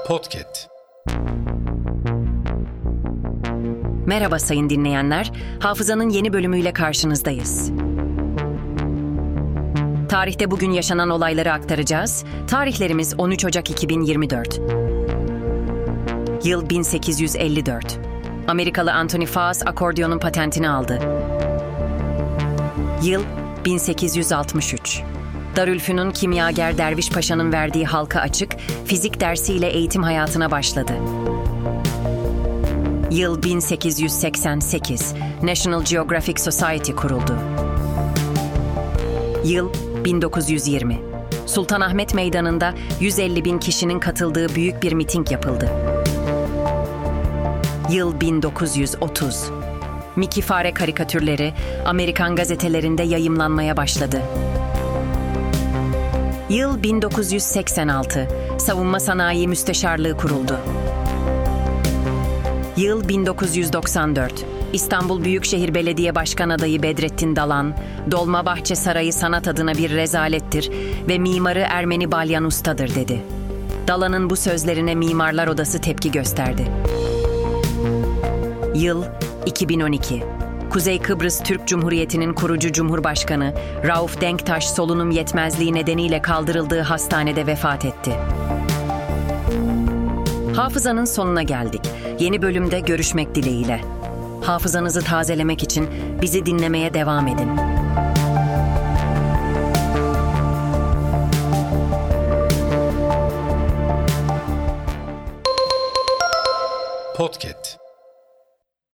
Podcast. Merhaba sayın dinleyenler, Hafızanın yeni bölümüyle karşınızdayız. Tarihte bugün yaşanan olayları aktaracağız. Tarihlerimiz 13 Ocak 2024. Yıl 1854. Amerikalı Anthony Faas akordiyonun patentini aldı. Yıl 1863. Darülfünun kimyager Derviş Paşa'nın verdiği halka açık, fizik dersiyle eğitim hayatına başladı. Yıl 1888. National Geographic Society kuruldu. Yıl 1920. Sultanahmet Meydanı'nda 150 bin kişinin katıldığı büyük bir miting yapıldı. Yıl 1930. Mickey fare karikatürleri Amerikan gazetelerinde yayımlanmaya başladı. Yıl 1986. Savunma Sanayi Müsteşarlığı kuruldu. Yıl 1994. İstanbul Büyükşehir Belediye Başkan adayı Bedrettin Dalan, Dolmabahçe Sarayı sanat adına bir rezalettir ve mimarı Ermeni Balyan Usta'dır dedi. Dalan'ın bu sözlerine Mimarlar Odası tepki gösterdi. Yıl 2012. Kuzey Kıbrıs Türk Cumhuriyeti'nin kurucu Cumhurbaşkanı Rauf Denktaş solunum yetmezliği nedeniyle kaldırıldığı hastanede vefat etti. Hafızanın sonuna geldik. Yeni bölümde görüşmek dileğiyle. Hafızanızı tazelemek için bizi dinlemeye devam edin. Podcast.